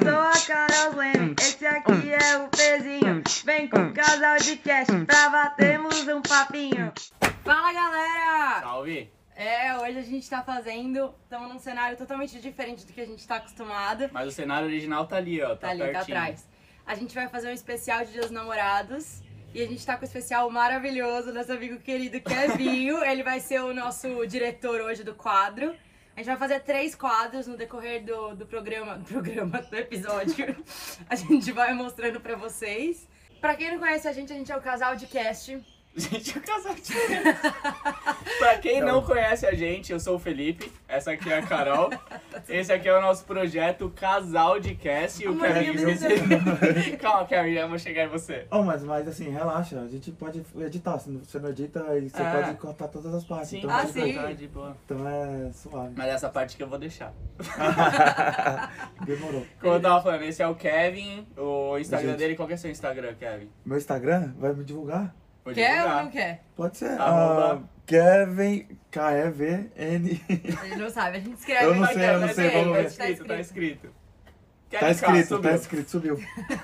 sou a Carol Leme, esse aqui é o Pezinho. Vem com o casal de cast pra batermos um papinho. Fala, galera! Salve! Hoje a gente tá estamos num cenário totalmente diferente do que a gente tá acostumado. Mas o cenário original tá ali, ó, Tá ali, pertinho. tá atrás. A gente vai fazer um especial de Dia dos Namorados. E a gente tá com um especial maravilhoso, nosso amigo querido Kevinho. Ele vai ser o nosso diretor hoje do quadro. A gente vai fazer 3 quadros no decorrer do episódio. A gente vai mostrando pra vocês. Pra quem não conhece a gente é o casal de cast. Gente, o casal de Pra quem não conhece a gente, eu sou o Felipe, essa aqui é a Carol. Esse aqui é o nosso projeto Casal de Cast e o Kevin esqueceu. Calma, Kevin, eu vou chegar em você. Oh, mas assim, relaxa, a gente pode editar, se você não edita, você pode cortar todas as partes. Sim, então, sim. Tá de boa. Então é suave. Mas essa parte que eu vou deixar. Demorou. Como eu tava falando, esse é o Kevin, o Instagram Gente. dele, qual que é o seu Instagram, Kevin? Meu Instagram vai me divulgar? Vou Quer ou divulgar. não quer? Pode ser. Arroba. Kevin, K-E-V-N. Ele não sabe, a gente escreve. Eu não aqui, sei, eu ó, não tá sei, escrito, vamos ver. Tá escrito. Tá Kevin K, subiu. escrito, subiu.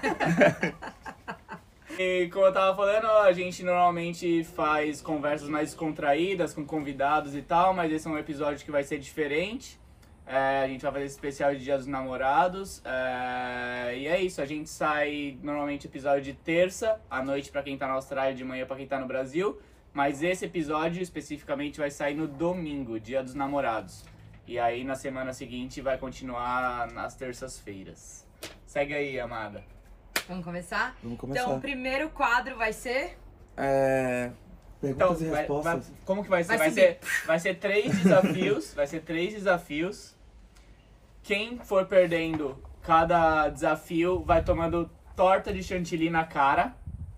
E como eu tava falando, a gente normalmente faz conversas mais descontraídas com convidados e tal, mas esse é um episódio que vai ser diferente. A gente vai fazer esse especial de Dia dos Namorados. E é isso, a gente sai normalmente episódio de terça à noite pra quem tá na Austrália, de manhã pra quem tá no Brasil. Mas esse episódio especificamente vai sair no domingo, Dia dos Namorados. E aí na semana seguinte vai continuar nas terças-feiras. Segue aí, amada. Vamos começar? Vamos começar. Então, o primeiro quadro vai ser... Perguntas e respostas. Como que vai ser? Vai Vai ser 3 desafios. Vai ser 3 desafios. Quem for perdendo cada desafio vai tomando torta de chantilly na cara.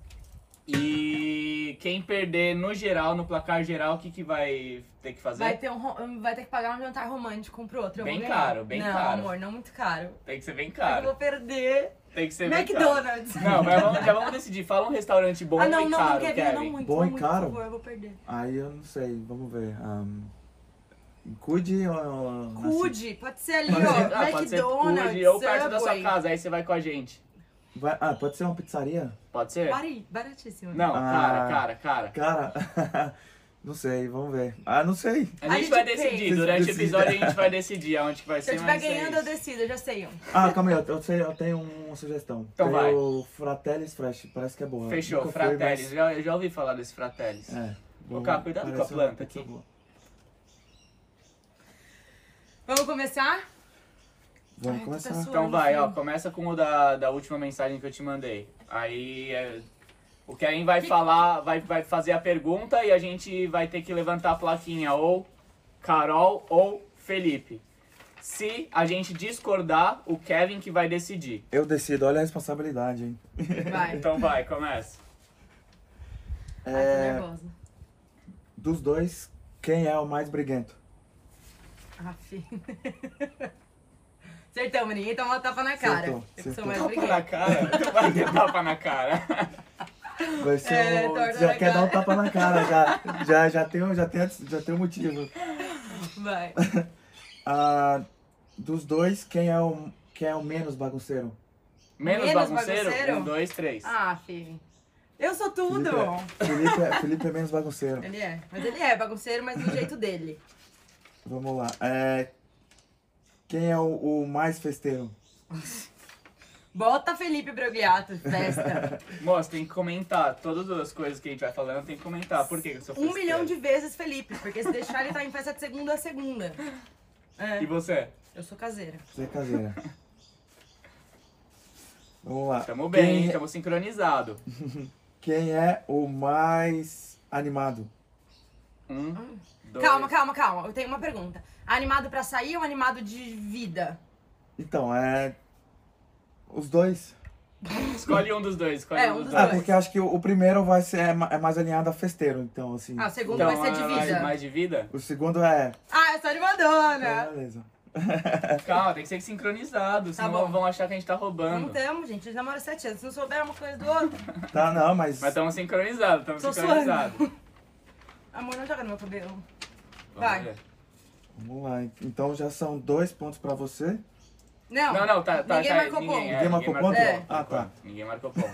E quem perder no geral, no placar geral, o que vai ter que fazer? Vai ter que pagar um jantar romântico um pro outro. Eu Bem vou ganhar. caro, bem não, caro. Não, amor, não muito caro. Tem que ser bem Eu caro. vou perder. Tem que ser bem caro. McDonald's. Não, mas já vamos decidir. Fala um restaurante bom Ah, não, e não, caro, não, Kevin, Kevin. não muito, Bom não e muito, caro? por favor, eu vou perder. Aí eu não sei, vamos ver. Cuide ou... Cude, pode ser ali, Pode ser- ó, pode ser McDonald's, Cude ou perto da sua Subway. casa, aí você vai com a gente. Pode ser uma pizzaria? Pode ser? Baratíssimo. Não, Ah. cara. Cara, não sei, vamos ver. Não sei. A gente vai pensa. decidir, durante o episódio a gente vai decidir aonde que vai Se ser, eu estiver mas é ganhando, eu isso. decido, eu já sei um. Calma aí, eu tenho uma sugestão. Então tem vai. o Fratellis Fresh, parece que é boa. Fechou, Nunca fui, Fratellis. Eu já ouvi falar desse Fratellis. mas, Cá, cuidado com a parece uma planta pizza aqui. boa. Vamos começar? Vamos Ai, começar. tô até Então vai, ó, filho. começa com o da última mensagem que eu te mandei. Aí o Kevin vai falar, vai fazer a pergunta e a gente vai ter que levantar a plaquinha ou Carol ou Felipe. Se a gente discordar, o Kevin que vai decidir. Eu decido, olha a responsabilidade, hein? Vai. Então vai, começa. Ai, tô nervosa. Dos dois, quem é o mais briguento? Aff. Acertamos, ninguém toma tapa na cara. Acertou, Eu que sou acertou. mais Tapa na briguenta. cara? Tu vai ter tapa na cara. Vai ser torta já na quer cara. dar um tapa na cara, já tem um motivo. Vai. Dos dois, quem é o menos bagunceiro? Menos Menos bagunceiro? bagunceiro? 1, 2, 3. Ah, filho. Eu sou tudo. Felipe é menos bagunceiro. Ele é. Mas ele é bagunceiro, mas do jeito dele. Vamos lá. Quem é o mais festeiro? Bota Felipe Brogliato, festa. Moço, tem que comentar. Todas as coisas que a gente vai falando tem que comentar. Por que eu sou 1 festeiro? milhão de vezes Felipe, porque se deixar ele tá em festa de segunda a segunda. E você? Eu sou caseira. Você é caseira. Vamos lá. Tamo bem, tamo sincronizado. Quem é o mais animado? 1, 2... Calma. Eu tenho uma pergunta. Animado pra sair ou animado de vida? Então, os dois. Escolhe um dos dois, escolhe É, um um dos dos dois. dois. Porque acho que o primeiro vai ser é mais alinhado a festeiro, então assim. Ah, o segundo Então, vai ser de vida. mais de vida? O segundo é. Ah, eu sou animadona. Beleza. Calma, tem que ser sincronizado, senão bom. vão achar que a gente tá Não roubando. temos, gente. A gente namora 7 anos. Se não souber uma coisa do outro. Tá, não, mas. Mas estamos sincronizados, Tô Amor, não joga no meu cabelo. Vamos Vai. ver. Vamos lá. Então já são 2 pontos pra você Não, tá. Ninguém marcou ponto. Ninguém marcou ponto? É. Ah, tá. Ninguém marcou ponto.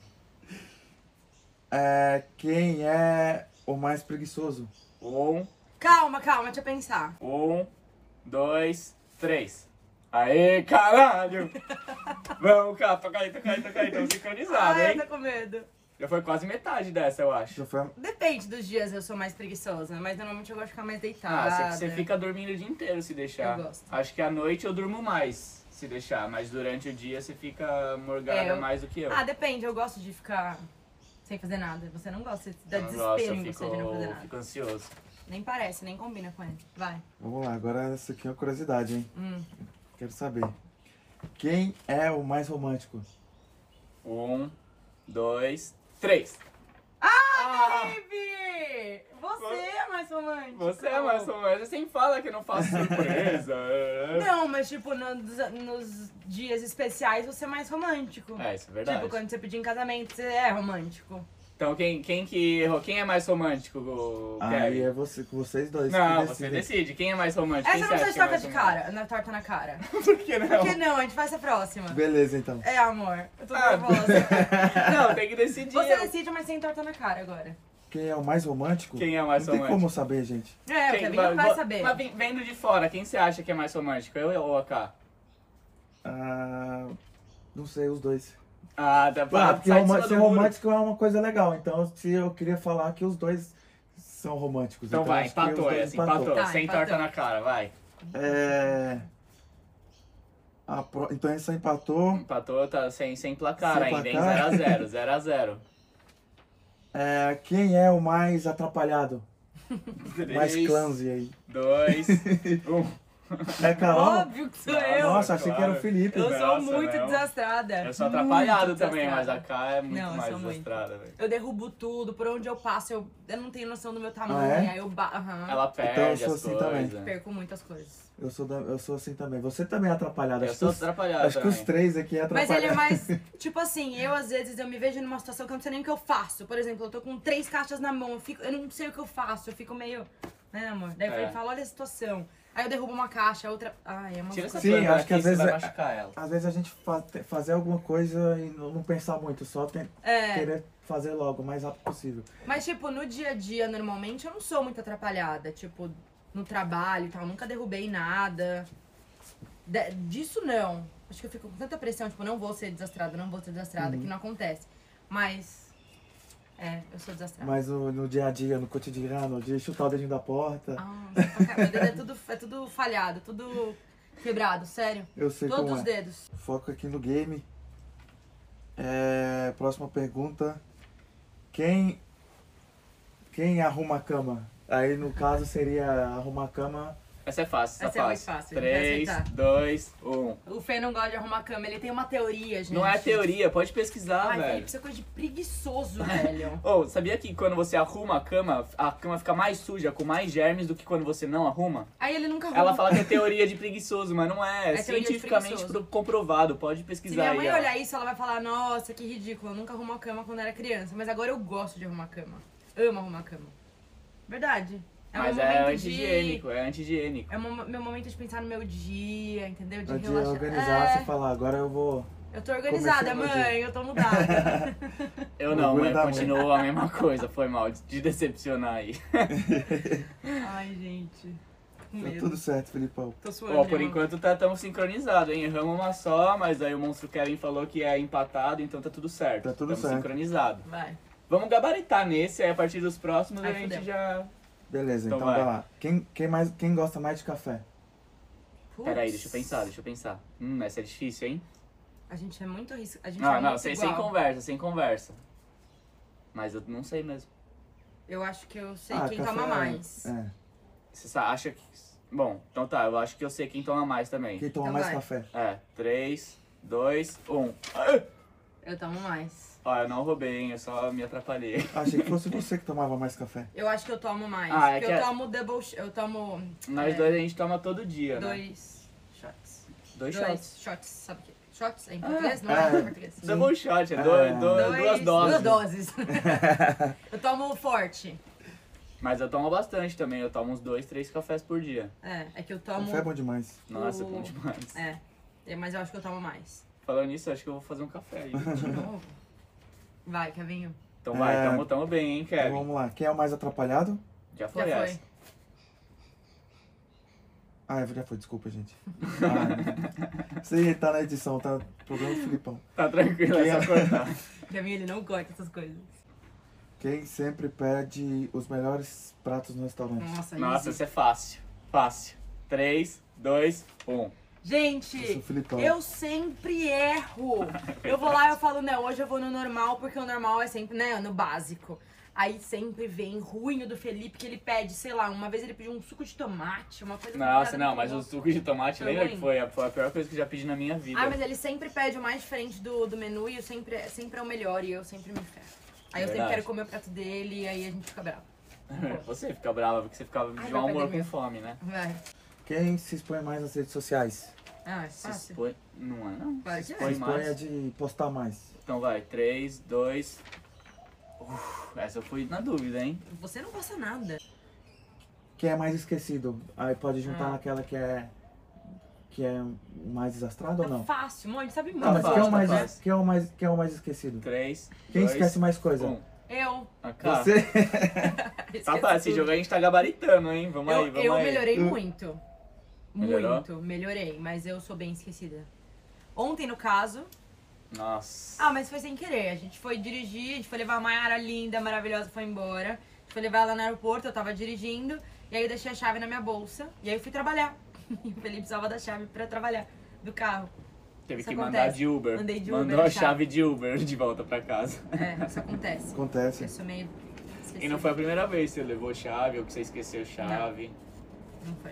Quem é o mais preguiçoso? Calma, deixa eu pensar. 1, 2, 3. Aê, caralho! Vamos, cara, toca aí, tamo sincronizado, Ai, hein? eu tô com medo. Já foi quase metade dessa, eu acho. Já foi... Depende dos dias eu sou mais preguiçosa, mas normalmente eu gosto de ficar mais deitada. Você fica dormindo o dia inteiro se deixar. Eu gosto. Acho que à noite eu durmo mais se deixar, mas durante o dia você fica morgada mais do que eu. Depende, eu gosto de ficar sem fazer nada. Você não gosta, dá Eu não desespero gosto, em você de não fazer nada. fico ansioso. Nem parece, nem combina com ele. Vai. Vamos lá, agora essa aqui é uma curiosidade, hein? Hum. Quero saber. Quem é o mais romântico? 1, 2, 3. Baby! Você é mais romântico. Você é mais romântico. Você sempre fala que eu não faço surpresa. Não, mas tipo, nos dias especiais você é mais romântico. Isso é verdade. Tipo, quando você pedir em casamento, você é romântico. Então quem que errou? Quem é mais romântico, Aí Kevin? é vocês dois. Não, que você decidem. decide. Quem é mais romântico? Essa Quem não você acha precisa que de é torta mais de cara, na torta na cara. Por que não? Por que não? A gente faz a próxima. Beleza, então. É, amor. Eu tô Ah. nervosa. Não, tem que decidir. Você decide, mas sem torta na cara agora. Quem é o mais romântico? Quem é o mais Não tem romântico? como saber, gente. É, o Kevin não vai saber. Mas vendo de fora, quem você acha que é mais romântico? Eu ou a K? Não sei, os dois. Tá Porque ser romântico é uma coisa legal. Então, se eu queria falar que os dois são românticos. Então vai, acho que os empatou dois essa, empatou. Tá, Sem empatou. torta na cara, vai. Então essa empatou. Empatou, tá sem placar Sem ainda, hein? placar. 0x0. Quem é o mais atrapalhado? 3, Mais clumsy aí. 2, 1. É Carol? Óbvio que sou Não, eu. Nossa, achei que era o claro. Felipe. Eu Nossa, sou muito não. desastrada. Eu sou atrapalhado Muito também, mas a desastrada. K é muito Não, eu mais sou muito. desastrada, velho. Eu derrubo tudo, por onde eu passo, eu não tenho noção do meu tamanho. é? Aí eu Ela perde Então eu sou as assim coisas. também. perco muitas coisas. Eu sou assim também. Você também é atrapalhado. Eu Acho sou que os- atrapalhado Acho que os também. três aqui é Mas atrapalhado. ele é mais, tipo assim, eu às vezes eu me vejo numa situação que eu não sei nem o que eu faço. Por exemplo, eu tô com 3 caixas na mão, eu não sei o que eu faço, eu fico meio, né, amor? Daí ele fala, olha a situação. Aí eu derrubo uma caixa, a outra... Ai, é uma Tira essa Sim, planta acho que daqui, às vezes você vai é- machucar ela. Às vezes a gente fazer alguma coisa e não pensar muito, só querer fazer logo, o mais rápido possível. Mas, tipo, no dia a dia, normalmente, eu não sou muito atrapalhada. Tipo, no trabalho e tal, nunca derrubei nada. Disso, não. Acho que eu fico com tanta pressão, tipo, não vou ser desastrada, que não acontece. Mas, eu sou desastrada. Mas no dia a dia, no cotidiano, de chutar o dedinho da porta, Meu dedo é tudo falhado, tudo quebrado, sério. eu sei Todos como os é. dedos. Foco aqui no game. Próxima pergunta. Quem arruma a cama? Aí no caso seria arrumar a cama. Essa é fácil, Essa é muito fácil, a gente vai 3, acertar. 2, 1. O Fê não gosta de arrumar cama, ele tem uma teoria, gente. Não é teoria, pode pesquisar, Ai, velho. Felipe, isso é coisa de preguiçoso, velho. Ô, sabia que quando você arruma a cama fica mais suja, com mais germes do que quando você não arruma? Aí ele nunca arruma. Ela fala que é teoria de preguiçoso, mas não é. É teoria de cientificamente preguiçoso. comprovado, pode Se pesquisar minha aí. mãe ó. olhar isso, ela vai falar, nossa, que ridículo, eu nunca arrumou a cama quando era criança. Mas agora eu gosto de arrumar a cama. Amo arrumar a cama. Verdade. É Mas meu é momento anti-higiênico, é anti-higiênico. É meu momento de pensar no meu dia, entendeu? De De relaxar. organizar, você falar, agora eu vou. Eu tô organizada, Comecei meu mãe, eu tô mudada. Eu não, Orgulho mãe, da mãe. continua a mesma coisa, foi mal, de decepcionar aí. Ai, gente. Com Tá medo. tudo certo, Filipão. Tô suando. Ó, por né, enquanto tamo sincronizado, hein? Erramos uma só, mas aí o Monstro Kevin falou que é empatado, então tá tudo certo. Tá tudo Tamo certo. sincronizado. mano? Vai. Vamos gabaritar nesse, aí a partir dos próximos Ai, a gente fudeu. já... Beleza, Então então vai. vai lá. Quem gosta mais de café? Putz. Peraí, deixa eu pensar. Essa é difícil, hein? A gente é muito arriscado. A gente Não, é não, muito sem igual. conversa. Mas eu não sei mesmo. Eu acho que eu sei Ah, quem café toma mais. Você acha que... Bom, então tá, eu acho que eu sei quem toma mais também. Quem toma Então mais vai. café? 3, 2, 1. Eu tomo mais. Ó, eu não roubei, hein? Eu só me atrapalhei. Achei que fosse você que tomava mais café. Eu acho que eu tomo mais. Ah, é porque que eu é- tomo double... Eu tomo... Nós é, dois a gente toma todo dia, né? 2 shots. Dois Dois shots. shots, sabe o que? Shots é em português? Não é. é em português. Double shot, é É. duas doses. Duas doses. Eu tomo forte. Mas eu tomo bastante também, eu tomo uns 2, 3 cafés por dia. É que eu tomo... Café é bom demais. Nossa, bom demais. É. Mas eu acho que eu tomo mais. Falando nisso, acho que eu vou fazer um café aí. De novo? Vai, Kevinho. Então vai, tamo bem, hein, Kevin? Então vamos lá. Quem é o mais atrapalhado? Já foi Já essa. foi. Já foi, desculpa, gente. Você tá na edição, tá? Problema do Filipão. Tá tranquilo, é só cortar. Kevinho, ele não corta essas coisas. Quem sempre pede os melhores pratos no restaurante? Nossa, Nossa, easy. isso é fácil. Fácil. 3, 2, 1. Eu sou Gente, o Filipão. eu sempre erro. Eu vou lá e eu falo, não, hoje eu vou no normal, porque o normal é sempre, né, no básico. Aí sempre vem ruim o do Felipe, que ele pede, sei lá, uma vez ele pediu um suco de tomate, uma coisa... Nossa, não, mas o suco de tomate, Foi lembra ruim? que foi a pior coisa que eu já pedi na minha vida. Ah, mas ele sempre pede o mais diferente do menu e eu sempre é o melhor e eu sempre me ferro. Aí eu sempre Verdade. quero comer o prato dele e aí a gente fica bravo. Você fica brava porque você ficava de Ai, mau vai humor perder com mesmo. fome, né? Vai. Quem se expõe mais nas redes sociais? Ah, é Se fácil. expõe... Não é, não. Claro Se que Se é. expõe expõe é mais. de postar mais. Então vai, 3, 2... essa eu fui na dúvida, hein? Você não gosta nada. Quem é mais esquecido? Aí pode juntar Ah. naquela que é mais desastrado ou É não? fácil, mãe, sabe muito. Não, mas fácil, quem é o tá mais, fácil. quem é o mais esquecido? 3, Quem 2, esquece mais coisa? 1. Eu. Ah, cara, Você? tá fácil, esse jogo a gente tá gabaritando, hein? Vamos aí, vamos Eu aí. melhorei muito. Melhorou? Muito, melhorei, mas eu sou bem esquecida. Ontem, no caso... Nossa. Ah, mas foi sem querer. A gente foi dirigir, a gente foi levar a Mayara linda, maravilhosa, foi embora. A gente foi levar ela no aeroporto, eu tava dirigindo. E aí eu deixei a chave na minha bolsa. E aí eu fui trabalhar. E o Felipe precisava da chave pra trabalhar do carro. Teve Isso que acontece. mandar de Uber. Mandei de Uber, Mandou a a chave. chave de Uber de volta pra casa. É, isso acontece. Acontece. Eu sou meio esquecida. E não foi a primeira vez que você levou chave ou que você esqueceu chave. Não foi.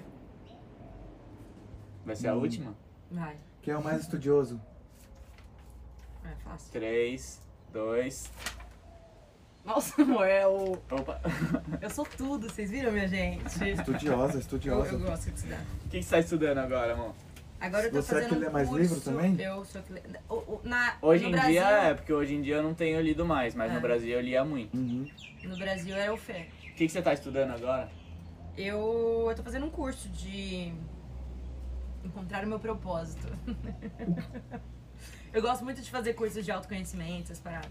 Vai ser a última? Vai. Quem é o mais estudioso? É fácil. 3, 2... Nossa, amor, Opa! eu sou tudo, vocês viram, minha gente? Estudiosa, Eu estudiosa. gosto de estudar. O que você tá estudando agora, amor? Agora eu tô Você é fazendo que lê um mais curso. livro também? Eu sou que lê... Hoje no em Brasil, dia é, porque hoje em dia eu não tenho lido mais, mas É. no Brasil eu lia muito. Uhum. No Brasil era o Fé. O que você tá estudando agora? Eu tô fazendo um curso de encontrar o meu propósito. Eu gosto muito de fazer cursos de autoconhecimento, essas paradas.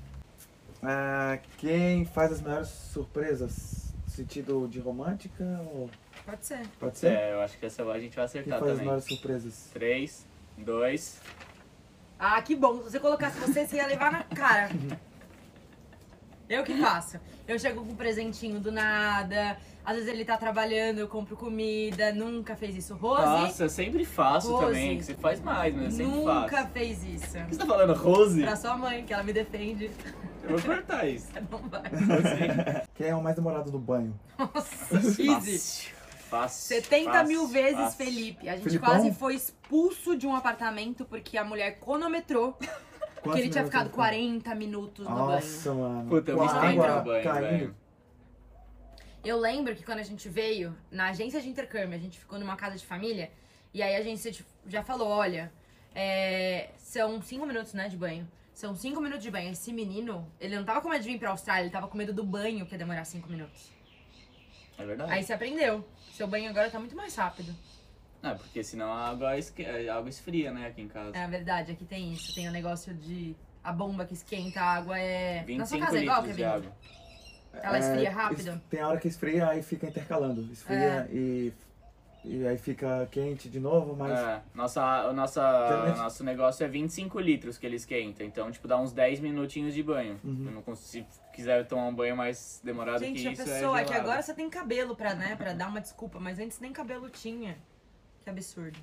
Quem faz as melhores surpresas? Sentido de romântica ou... Pode ser. Pode ser? É, eu acho que essa a gente vai Quem acertar faz as também. melhores surpresas? 3, 2... Ah, que bom. Se você colocasse você ia levar na cara. Eu que faço. Eu chego com um presentinho do nada. Às vezes ele tá trabalhando, eu compro comida. Nunca fez isso. Rose Nossa, eu sempre faço Rose. também, que você faz mais, mas eu sempre nunca faço. fez isso. O que você tá falando, Rose? Pra sua mãe, que ela me defende. Eu vou cortar isso. Não vai. Você. Quem é o mais demorado no banho? Nossa, easy. Fácil. Fácil. 70 fácil, mil vezes, fácil. Felipe. A gente Filipão? quase foi expulso de um apartamento porque a mulher cronometrou. Porque Quantos ele tinha minutos ficado ele ficou? 40 minutos no banho. Nossa, mano. Puta, eu Com me a esquento água no banho, caindo. velho. Eu lembro que quando a gente veio na agência de intercâmbio, a gente ficou numa casa de família, e aí a agência já falou, olha, são 5 minutos, né, de banho. São 5 minutos de banho. Esse menino, ele não tava com medo de vir pra Austrália, ele tava com medo do banho, que ia demorar 5 minutos. É verdade. Aí você aprendeu. Seu banho agora tá muito mais rápido. Ah, porque senão a água esfria, né, aqui em casa. É verdade, aqui tem isso. Tem o negócio de... A bomba que esquenta a água é... Na sua 25 casa é igual, litros de Kevin? água. Ela esfria rápido? Tem a hora que esfria, aí fica intercalando. Esfria e aí fica quente de novo, mas... É, Geralmente- nosso negócio é 25 litros que ele esquenta. Então, tipo, dá uns 10 minutinhos de banho. Uhum. Eu não consigo, se quiser tomar um banho mais demorado Gente, que a isso, pessoa... é É que gelado. agora você tem cabelo pra, né, pra dar uma desculpa, mas antes nem cabelo tinha. Que absurdo.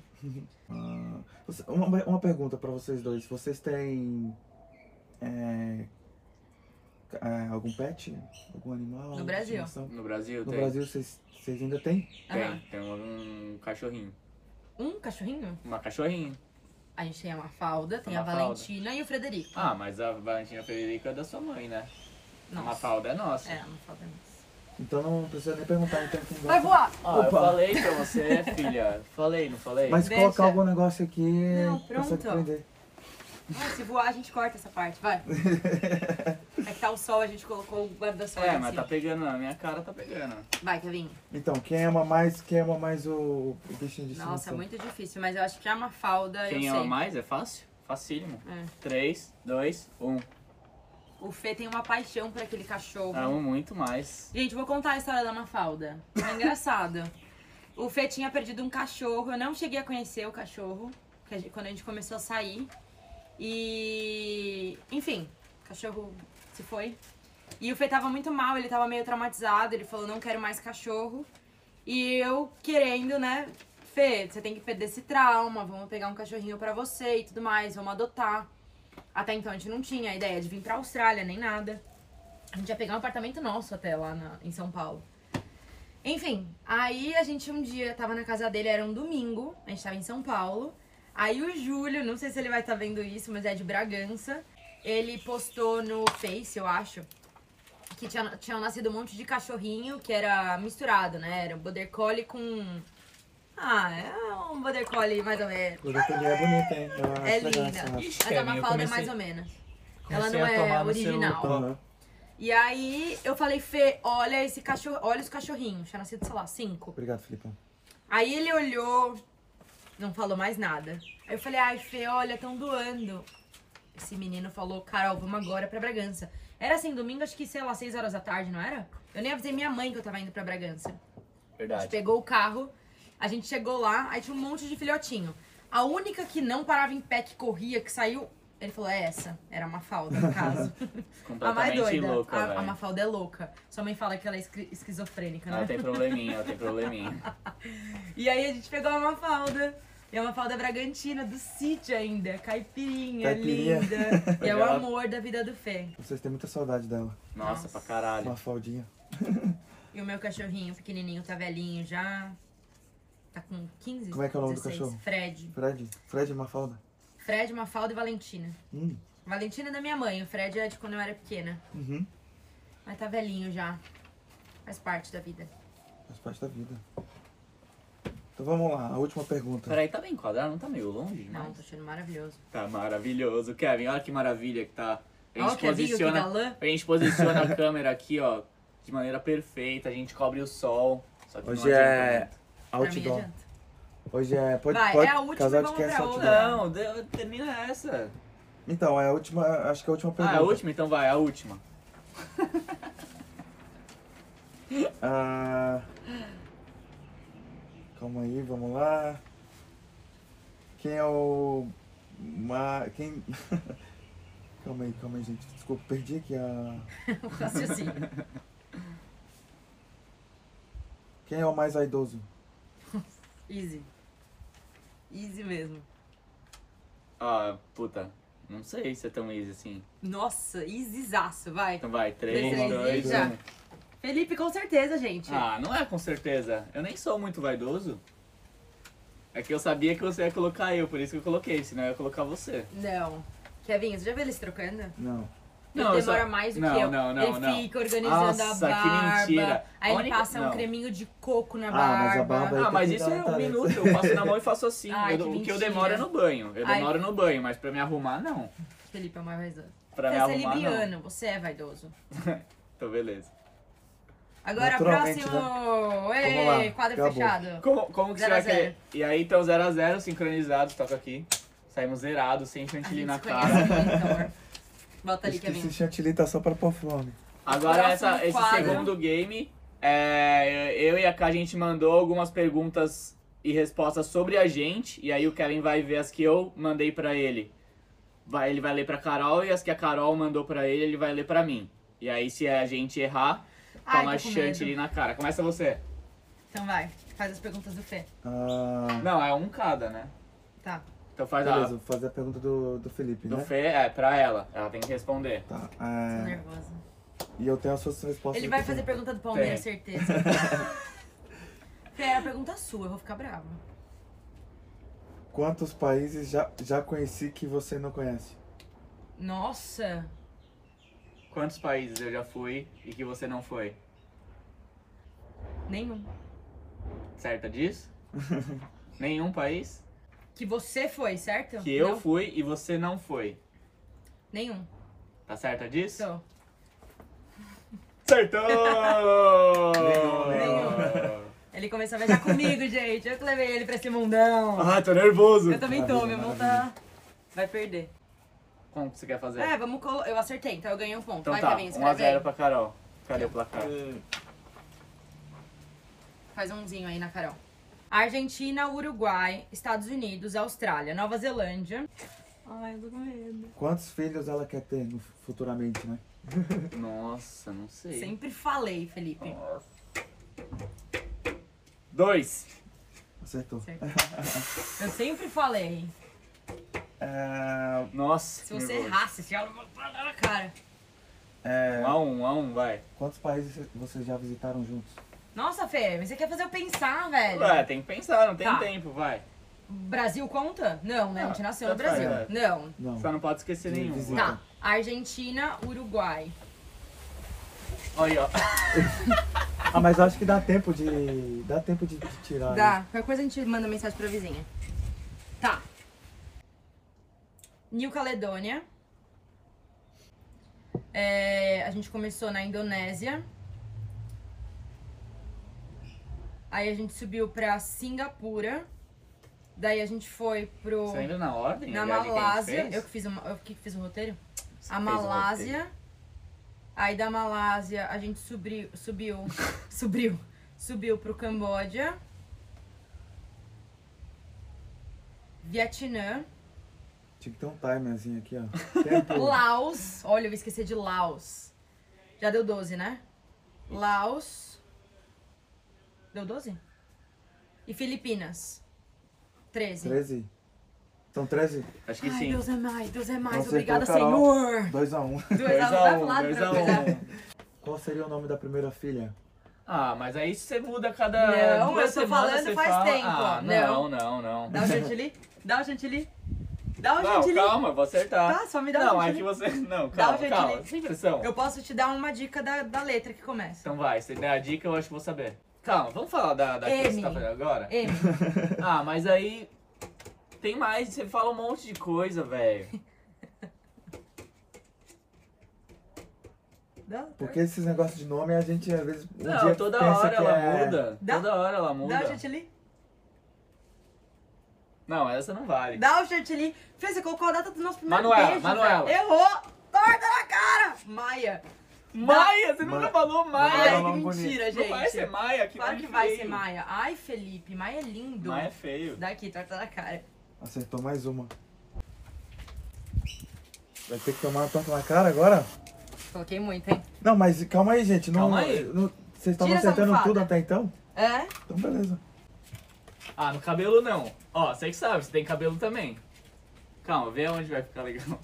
Uma pergunta pra vocês dois. Vocês têm algum pet? Algum animal? No Brasil. de estimação? No Brasil No tem. Brasil vocês ainda têm? Aham. Tem um cachorrinho. Um cachorrinho? Uma cachorrinha. A gente tem a Mafalda, tem A a Mafalda. Valentina e o Frederico. Ah, mas a Valentina Federica é da sua mãe, né? A Nossa. Mafalda é nossa. É, a Mafalda é nossa. Então não precisa nem perguntar então quem Vai gosta. voar! Ah, eu Opa. falei pra você, filha. Falei, não falei? Mas Deixa. colocar algum negócio aqui, Não, consegue pronto. prender. Se voar, a gente corta essa parte, vai. É que tá o sol, a gente colocou o guarda-sol É, em mas cima. tá pegando, na minha cara tá pegando. Vai, Kevin. Então, quem ama mais o bichinho de Nossa, é estimação? muito difícil, mas eu acho que a Mafalda, Quem eu ama sei. mais é fácil? Facílimo. É. 3, 2, 1. O Fê tem uma paixão por aquele cachorro. Amo muito mais. Gente, vou contar a história da Mafalda. É engraçado. O Fê tinha perdido um cachorro. Eu não cheguei a conhecer o cachorro quando a gente começou a sair. E... enfim, o cachorro se foi. E o Fê tava muito mal, ele tava meio traumatizado. Ele falou, não quero mais cachorro. E eu querendo, né? Fê, você tem que perder esse trauma. Vamos pegar um cachorrinho pra você e tudo mais. Vamos adotar. Até então a gente não tinha a ideia de vir pra Austrália, nem nada. A gente ia pegar um apartamento nosso até lá em São Paulo. Enfim, aí a gente um dia tava na casa dele, era um domingo, a gente tava em São Paulo. Aí o Júlio, não sei se ele vai estar vendo isso, mas é de Bragança. Ele postou no Face, eu acho, que tinha nascido um monte de cachorrinho que era misturado, né? Era um Border Collie com... Ah, é um Border Collie mais ou menos. O Border é bonita, hein? Eu acho É legal linda. essa raça. Ixi, Mas a Kevin, eu Mafalda é comecei- mais ou menos. Ela Comecei não a é tomar no original. celular. Aham. E aí eu falei, Fê, olha esse cachorro, olha os cachorrinhos. Tinha nascido, sei lá, 5. Obrigado, Filipão. Aí ele olhou, não falou mais nada. Aí eu falei, ai, Fê, olha, tão doando. Esse menino falou, Carol, vamos agora pra Bragança. Era assim, domingo, acho que, sei lá, 6 horas da tarde, não era? Eu nem avisei minha mãe que eu tava indo pra Bragança. A gente Verdade. pegou o carro, a gente chegou lá, aí tinha um monte de filhotinho. A única que não parava em pé, que corria, que saiu... Ele falou, é essa. Era a Mafalda, no caso. A mais Completamente doida. louca, a velho. Mafalda é louca. Sua mãe fala que ela é esquizofrênica, né? Ela tem probleminha, ela tem probleminha. E aí a gente pegou a Mafalda. E a Mafalda é Bragantina, do sítio ainda. Caipirinha, Caipirinha. linda. E é o Ela- amor da vida do Fê. Vocês têm muita saudade dela. Nossa, pra caralho. Uma faldinha. E o meu cachorrinho pequenininho tá velhinho já. Tá com 15, Como é que é o nome do 16. cachorro? Fred. Fred e Mafalda. Fred, Mafalda e Valentina. Hum. Valentina é da minha mãe, o Fred é de quando eu era pequena. Uhum. Mas tá velhinho já. Faz parte da vida. Faz parte da vida. Então vamos lá, a última pergunta. Peraí, tá bem enquadrado? Não tá meio longe Não, demais? tô achando maravilhoso. Tá maravilhoso. Kevin, olha que maravilha que tá. A Ó, gente Kevin, que posiciona, galã. a gente posiciona a câmera aqui, ó, de maneira perfeita. A gente cobre o sol. Só que Hoje não é adianta Pra mim outdoor. adianta. Hoje é. Pode, Vai, pode é a última, casal de vamos cast pra outdoor. outra. Não, termina essa. Então, é a última. Acho que é a última Ah, pergunta. é a última? Então vai, a última. Ah, calma aí, vamos lá. Quem é o. Quem. Calma aí, gente. Desculpa, perdi aqui a. O raciocínio. Quem é o mais vaidoso? Easy. Easy mesmo. Ah, puta. Não sei se é tão easy assim. Nossa, easyzaço, vai. Então vai, 3, Três, 2, já. 1. Felipe, com certeza, gente. Ah, não é com certeza. Eu nem sou muito vaidoso. É que eu sabia que você ia colocar eu, por isso que eu coloquei, senão eu ia colocar você. Não. Kevin, você já viu eles trocando? Não. Ele Não, eu demora só- mais do não, que eu. não, não, ele não. fica organizando Nossa, a que barba. mentira. Aí A ele única- passa um não. creminho de coco na Ah, barba. mas a barba aí Ah, mas tem que isso dar é um tarefa. minuto, eu passo na mão e faço assim. Ai, que O que eu mentira. demoro é no banho. Eu Ai. demoro no banho, mas pra me arrumar, não. Felipe é o mais vaidoso. Pra me Você é arrumar, libriano, você é vaidoso. não. Então, beleza. Agora, Naturalmente, próximo. Vamos Ei, lá, quadro acabou. fechado. Como que você 0 a vai 0. querer? E aí, então, 0x0, sincronizados, toca aqui. Saímos zerados, sem A chantilly gente na se cara. conhece muito, amor. Bota ali, Acho que esse Kevin. chantilly tá só pra pôr fome. Agora, Próximo esse quadro. segundo game, eu e a Ká, a gente mandou algumas perguntas e respostas sobre a gente. E aí o Kevin vai ver as que eu mandei pra ele. Ele vai ler pra Carol, e as que a Carol mandou pra ele vai ler pra mim. E aí, se a gente errar, Ai, toma tô com chantilly medo. na cara. Começa você. Então vai, faz as perguntas do Fê. Ah, Não, é um cada, né? Tá. Então faz beleza, a vou fazer a pergunta do Felipe, do né? Fê, pra ela. Ela tem que responder. Tá. Tô nervosa. E eu tenho as suas respostas. Ele vai aqui fazer também. pergunta do Palmeiras, certeza. Fê, era a pergunta sua, eu vou ficar brava. Quantos países já conheci que você não conhece? Nossa! Quantos países eu já fui e que você não foi? Nenhum. Certa disso? Nenhum país? Que você foi, certo? Que eu Não? fui e você não foi. Nenhum. Tá certa disso? Tô. Acertou! Nenhum. Ele começou a viajar comigo, gente. Eu que levei ele pra esse mundão. Ah, tô nervoso. Eu também tô, meu irmão tá... Vai perder. Como que você quer fazer? É, vamos colocar... Eu acertei, então eu ganhei um ponto. Então Vai, tá, Kevin, escreve 1x0 aí. pra Carol. Cadê o placar? Faz umzinho aí na Carol. Argentina, Uruguai, Estados Unidos, Austrália, Nova Zelândia. Ai, eu tô com medo. Quantos filhos ela quer ter futuramente, né? Nossa, não sei. Sempre falei, Felipe. 2. Acertou. Certo. Eu sempre falei. Nossa. Se você nervoso. errasse, você ia falar na cara. 1x1, vai. Quantos países vocês já visitaram juntos? Nossa, Fê, mas você quer fazer eu pensar, velho. Ué, tem que pensar, não tem Tá. tempo, vai. Brasil conta? Não, né? A gente nasceu no tanto faz, Brasil. é. Não. Não. Só não pode esquecer De nenhum. visita. Tá. Argentina, Uruguai. Olha aí, ó. Ah, mas eu acho que dá tempo de. Dá tempo de tirar. Dá. Qualquer coisa a gente manda mensagem pra vizinha. Tá. New Caledônia. A gente começou na Indonésia. Aí a gente subiu pra Singapura. Daí a gente foi pro... Você ainda na ordem? na A viagem que a gente Malásia. fez? Eu que fiz o roteiro. Você A fez o Malásia. roteiro. Aí da Malásia a gente subiu pro Camboja. Vietnã. Tinha que ter um timerzinho aqui, ó. Tempo. Laos. Olha, eu ia esquecer de Laos. Já deu 12, né? Laos. Deu 12? E Filipinas. 13. 13. São 13? Acho que Ai, sim. Deus é mais, Deus é mais. Não Obrigada, acertou, Carol. Senhor. 2x1. 2x1, vai pro lado pra pegar. 2x1. Qual seria o nome da primeira filha? Ah, mas aí você muda cada Não, duas eu tô semanas, falando você faz fala... tempo, Ah, ó. não. Dá o chantilly. Dá o chantilly. Dá o Não, chantilly. calma, eu vou acertar. Tá, só me dá o Não, é chantilly. que você... Não, Dá o calma, calma. chantilly. Sem pressão. Eu posso te dar uma dica da letra que começa. Então vai, se der a dica eu acho que vou saber. Calma, vamos falar da que M. você tá fazendo agora? M. Ah, mas aí... Tem mais, você fala um monte de coisa, velho. Dá? Porque esses negócios de nome a gente às vezes. Não, dia toda pensa hora que ela é- muda. Dá? Toda hora ela muda. Dá o chantilly. Não, essa não vale. Dá o chantilly. Fê, você colocou a data do nosso primeiro Manuela, beijo, Manuela. velho. Errou. Torta na cara. Maia. Maia, você nunca falou Maia. Maia é Ai, um que nome mentira, Não gente. vai ser Maia, que Claro nome que vai feio. ser Maia. Ai, Felipe, Maia é lindo. Maia é feio. Daqui, torta na cara. Acertou mais uma. Vai ter que tomar uma torta na cara agora? Coloquei muito, hein? Não, mas calma aí, gente. Não, Calma aí. vocês estavam Tira essa acertando almofada. tudo até então? É? Então beleza. Ah, no cabelo não. Ó, você que sabe, você tem cabelo também. Calma, vê onde vai ficar legal.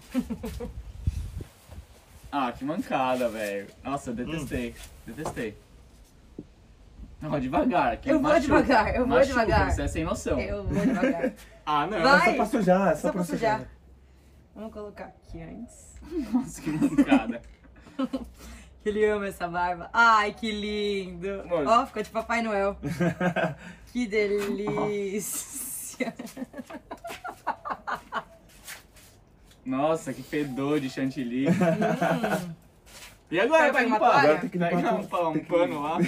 Ah, que mancada, velho. Nossa, eu detestei. Detestei. Não, devagar. Que Eu vou machuca. devagar, eu vou Machuca, devagar. Você é sem noção. Eu vou devagar. Ah, não. Vai. É só pra sujar, é só, Só pra sujar. sujar. Vamos colocar aqui antes. Nossa, que mancada. Ele ama essa barba. Ai, que lindo. Mano. Ó, ficou de Papai Noel. Que delícia. Nossa, que fedor de chantilly. E agora Quer pra pegar uma limpar? toalha? Agora tem que Pega limpar um, tudo. um Tem que- pano lá.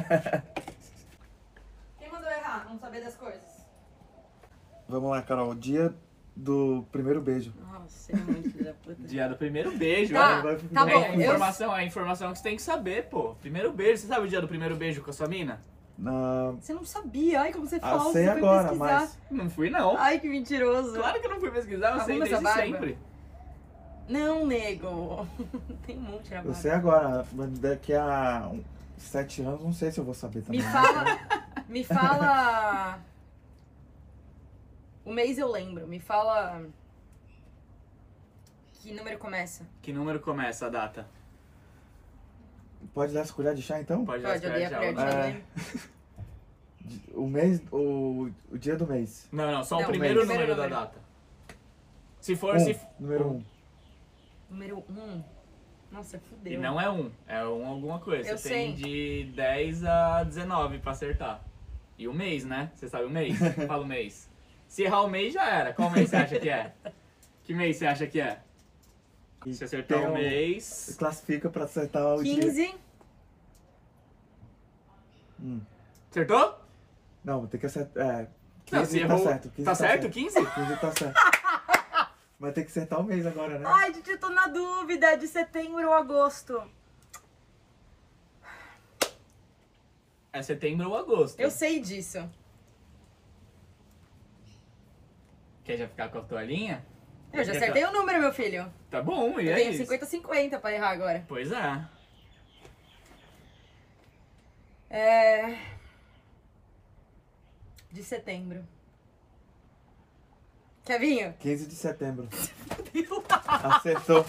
Quem mandou errar? Não saber das coisas. Vamos lá, Carol. Dia do primeiro beijo. Nossa, ele é muito filho da puta. Dia do primeiro beijo, Tá, olha. tá É bom. a informação que você tem que saber, pô. Primeiro beijo. Você sabe o dia do primeiro beijo com a sua mina? Você não sabia. Ai, como você falsa. sei Você foi agora, pesquisar. mas. Não fui, não. Ai, que mentiroso. Claro que eu não fui pesquisar, eu sei Arruma essa desde barba. sempre. Não, nego. Tem um monte na Eu barba. sei agora, mas daqui a 7 anos não sei se eu vou saber também. Me fala. Me fala. O mês eu lembro. Me fala. Que número começa? Que número começa a data? Pode dar essa colher de chá então? Pode Pode, eu dei a já. colher de É. chá, lembra? O mês, o dia do mês. Não, só Não, o primeiro mês. número da Primeiro data. Se for, se... Número 1. Número 1. Nossa, fudeu. E não é um alguma coisa. Eu Você tem de 10 a 19 pra acertar. E o mês, né? Você sabe o mês? Fala o mês. Se errar o mês, já era. Qual mês você acha que é? Que mês você acha que é? E Se acertar tem o um- mês... Classifica pra acertar o dia. 15. Acertou? Não, tem que acertar. É, Não, 15 você tá errou. certo. 15 Tá certo? 15? 15 tá certo. Mas tem que acertar o mês agora, né? Ai, gente, eu tô na dúvida de setembro ou agosto. É setembro ou agosto. Eu sei disso. Quer já ficar com a toalhinha? Eu já acertei o número, meu filho. Tá bom, e Eu é tenho isso. 50-50 pra errar agora. Pois é. É... De setembro. Kevinho? 15 de setembro. Acertou.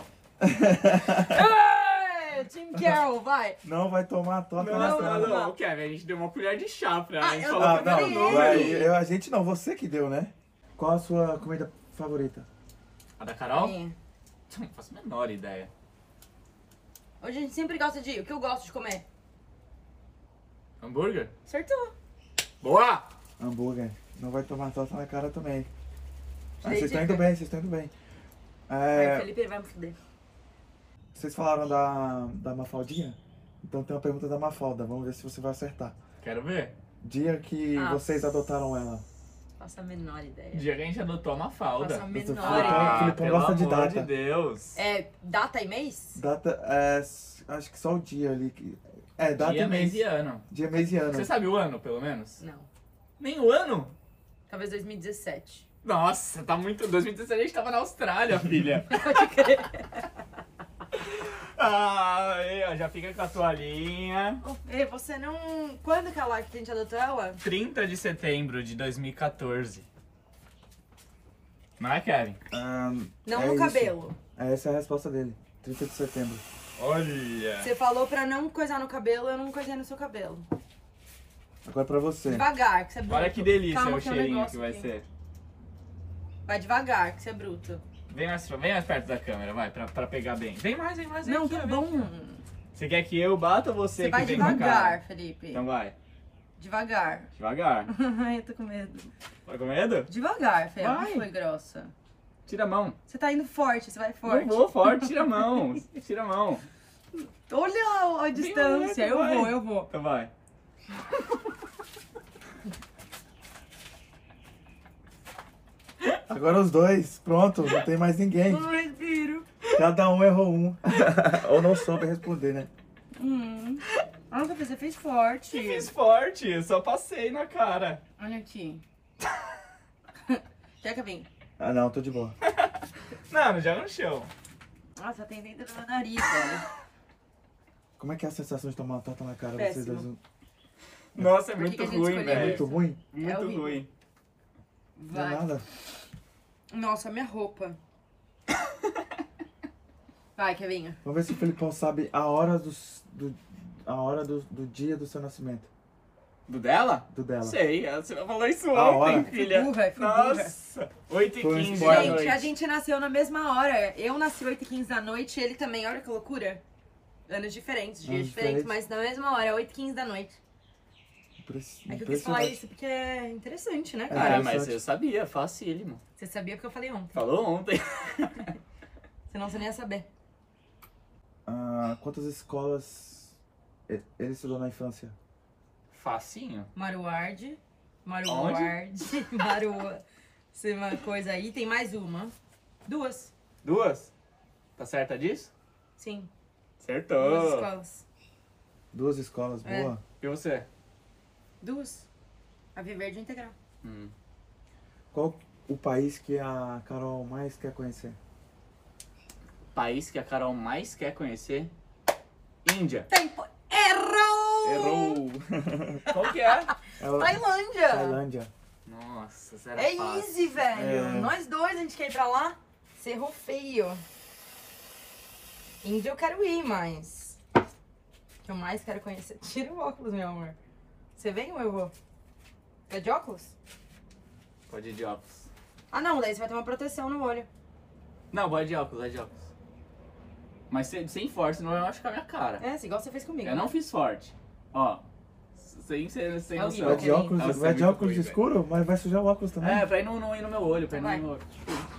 Ei, Tim Carroll, vai. Não vai tomar a torta na Não, cara. não, não. Kevin, a gente deu uma colher de chá pra ela. A gente eu- falou Ah, que era o não. número. Vai, a gente não, você que deu, né? Qual a sua comida favorita? A da Carol? Minha. Não faço a menor ideia. Hoje a gente sempre gosta de... O que eu gosto de comer? Hambúrguer? Acertou. Boa! Hambúrguer. Não vai tomar torta na cara também. Ah, Sei vocês estão dica. indo bem, vocês estão indo bem. Ai, É, o Felipe ele vai me fuder. vocês falaram da Mafaldinha? Então tem uma pergunta da Mafalda. Vamos ver se você vai acertar. Quero ver. Dia que Ah. vocês adotaram ela. Faço a menor ideia. O dia que a gente adotou a Mafalda. Faço a menor Filipão, ideia. Filipão pelo gosta de amor data. de Deus. É data e mês? Data, acho que só o dia ali. É, data Dia, e mês. mês e ano. Dia, mês e ano. Você sabe o ano, pelo menos? Não. Nem o ano? Talvez 2017. Nossa, tá muito... 2016 a gente tava na Austrália, filha. Pode crer. Aí, ó, já fica com a toalhinha. Ei, você não... Quando que é lá que a gente adotou ela? 30 de setembro de 2014. Não é, Kevin? Não É no isso. cabelo. Essa é a resposta dele. 30 de setembro. Olha. Você falou pra não coisar no cabelo, eu não coisei no seu cabelo. Agora pra você. Devagar, que você é bruto. Olha que delícia Calma, o que é um cheirinho negócio que vai aqui. ser. Vai devagar, que você é bruto. Vem mais perto da câmera, vai, pra pegar bem. Vem mais, vem Não, aqui, tá ó, bom. vem aqui, ó. Você quer que eu bata ou você, Você que vai vem com a devagar, cara? Felipe. Então vai. Devagar. Devagar. Ai, eu tô com medo. Tá com medo? Devagar, Fê. Vai. Não foi grossa. Tira a mão. Você tá indo forte, você vai forte. Não vou forte, tira a mão. Tira a mão. Olha a distância. Vem, vai. Eu vou. Então vai. Agora os dois. Pronto, não tem mais ninguém. Não respiro. Cada um errou um. Ou não soube responder, né? Nossa, Fê, você fez forte. Fiz forte, eu só passei na cara. Olha aqui. Quer que eu vim? Ah, não, tô de boa. Não, já no chão. Nossa, tem dentro do meu nariz, velho. Como é que é a sensação de tomar uma torta na cara? Vocês Péssimo. dois? Nossa, é Por que muito que a gente ruim, escolheu É velho. muito ruim? Muito horrível. ruim. Não é Vai. nada? Nossa, minha roupa. Vai, Kevinho. Vamos ver se o Felipão sabe a hora do dia do seu nascimento. Do dela? Do dela. Sei, você falou isso A ontem, hora? filha. Fui burra, fui burra. Nossa, 8h15 Foi um da spoiler. Gente, noite. a gente nasceu na mesma hora. Eu nasci 8h15 da noite e ele também. Olha que loucura. Anos diferentes, dias Anos diferentes, diferentes. mas na mesma hora, 8h15 da noite. É que eu quis falar isso porque é interessante, né, cara? Cara, interessante. mas eu sabia, facílimo. Você sabia porque eu falei ontem. Falou ontem. Senão você nem ia saber. Quantas escolas ele estudou na infância? Facinho? Maruard. Onde? Marua. Se uma coisa aí. Tem mais uma. Duas. Duas? Tá certa disso? Sim. Duas Acertou. escolas. 2 escolas, É. boa. E você? Duas. A Viverde Integral. Qual o país que a Carol mais quer conhecer? País que a Carol mais quer conhecer? Índia. Tempo. Errou! Errou. Qual que é? Ela- Tailândia. Tailândia. Nossa, isso era É fácil. easy, velho. É. Nós dois, a gente quer ir pra lá. Você errou feio. Índia eu quero ir, mas... O que eu mais quero conhecer... Tira o óculos, meu amor. Você vem ou eu vou? É de óculos? Pode ir de óculos. Ah, não. Daí você vai ter uma proteção no olho. Não, pode ir de óculos, vai de óculos. Mas sem força, senão eu vai machucar minha cara. É, igual você fez comigo. Eu não fiz forte. Ó, sem É noção. Vai de óculos, Nossa, vai é de muito óculos ruim, escuro, mas vai sujar o óculos também. É, pra ir não ir no meu olho, pra ir não ir no meu olho.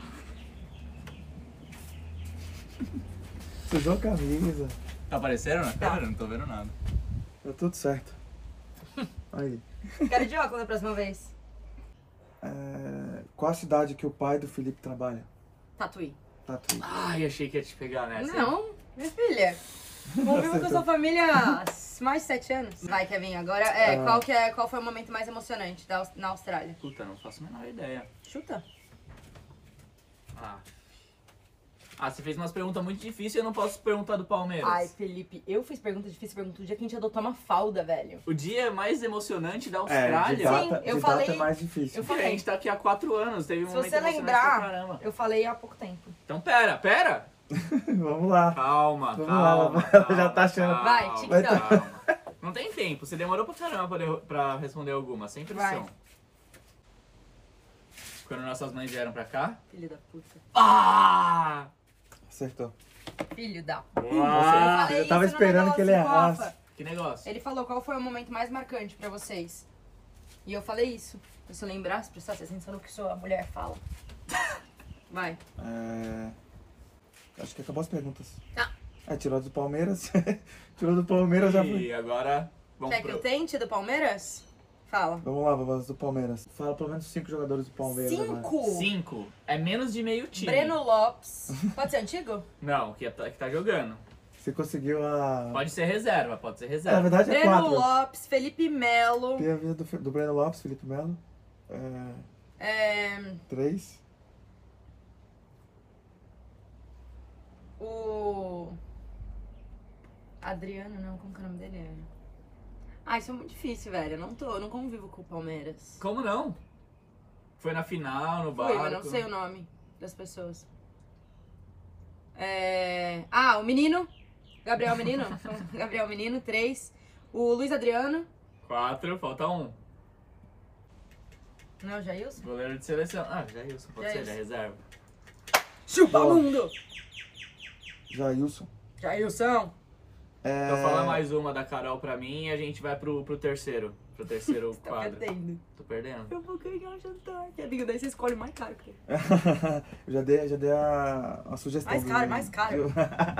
Sujou a camisa. Tá aparecendo na câmera? Não tô vendo nada. Tá tudo certo. Aí. Quero de óculos da próxima vez. Qual a cidade que o pai do Felipe trabalha? Tatuí. Tatuí. Ai, achei que ia te pegar nessa. Não, minha filha. Convivo com a sua família há mais de 7 anos. Vai, Kevin, agora qual foi o momento mais emocionante na Austrália? Puta, não faço a menor ideia. Chuta. Você fez umas perguntas muito difíceis e eu não posso perguntar do Palmeiras. Ai, Felipe, eu fiz pergunta difícil, pergunta o dia que a gente adotou uma falda, velho. O dia mais emocionante da De Austrália. data, Sim, eu de falei- data é mais difícil. eu Porque falei. a gente tá aqui há 4 anos, teve um Se momento você emocionante pra lembrar, caramba. eu falei há pouco tempo. Então pera! Vamos lá. Calma, Vamos calma. lá, ela já tá achando. Vai, calma, TikTok. calma. Não tem tempo, você demorou pra caramba pra responder alguma, sem pressão. Vai. Quando nossas mães vieram pra cá. Filho da puta. Ah! Acertou. Filho da Uau! falei eu tava isso no esperando que ele negócio, errasse. Rafa. Que negócio? Ele falou qual foi o momento mais marcante pra vocês. E eu falei isso. Se eu lembrasse, prestasse atenção no que sua mulher fala. Vai. Acho que acabou as perguntas. Tá. Tirou do Palmeiras. Tirou do Palmeiras já foi. E agora vamos Quer que eu tente do Palmeiras? Fala. Vamos lá, vamos do Palmeiras. Fala pelo menos 5 jogadores do Palmeiras. agora. 5. 5. É menos de meio time. Breno Lopes. Pode ser antigo? Não, que tá jogando. Você conseguiu a. Pode ser reserva, pode ser Na reserva. verdade é Breno 4. Lopes, Felipe Melo. Tem a vida do Breno Lopes, Felipe Melo. 3. O Adriano, não, como que é o nome dele? Isso é muito difícil, velho. Eu não convivo com o Palmeiras. Como não? Foi na final, no barco. Fui, mas não sei o nome das pessoas. O Menino. Gabriel Menino. Gabriel Menino, 3. O Luiz Adriano. 4, falta 1. Não é o Jailson? Goleiro de seleção. Jailson, pode ser, Jailson. já reserva. Chupa Boa. mundo! Jailson. Jailson! Então fala mais uma da Carol pra mim e a gente vai pro terceiro. Pro terceiro Tá quadro. perdendo. Tô perdendo. Eu vou ganhar o jantar. Amigo, daí você escolhe o mais caro que tem. Eu já dei a sugestão. Mais caro.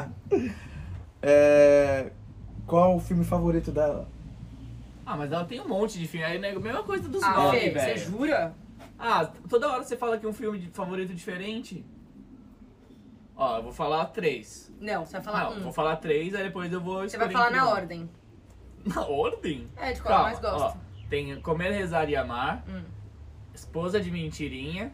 Qual o filme favorito dela? Mas ela tem um monte de filme. Aí, né, mesma coisa dos Fê, nomes, você velho. jura? Toda hora você fala que é um filme favorito diferente. Eu vou falar 3. Não, você vai falar Vou falar 3, aí depois eu vou Você escolher. vai falar entre na um. ordem. Na ordem? De qual eu mais gosto. Tem Comer, Rezar e Amar, Hum. Esposa de Mentirinha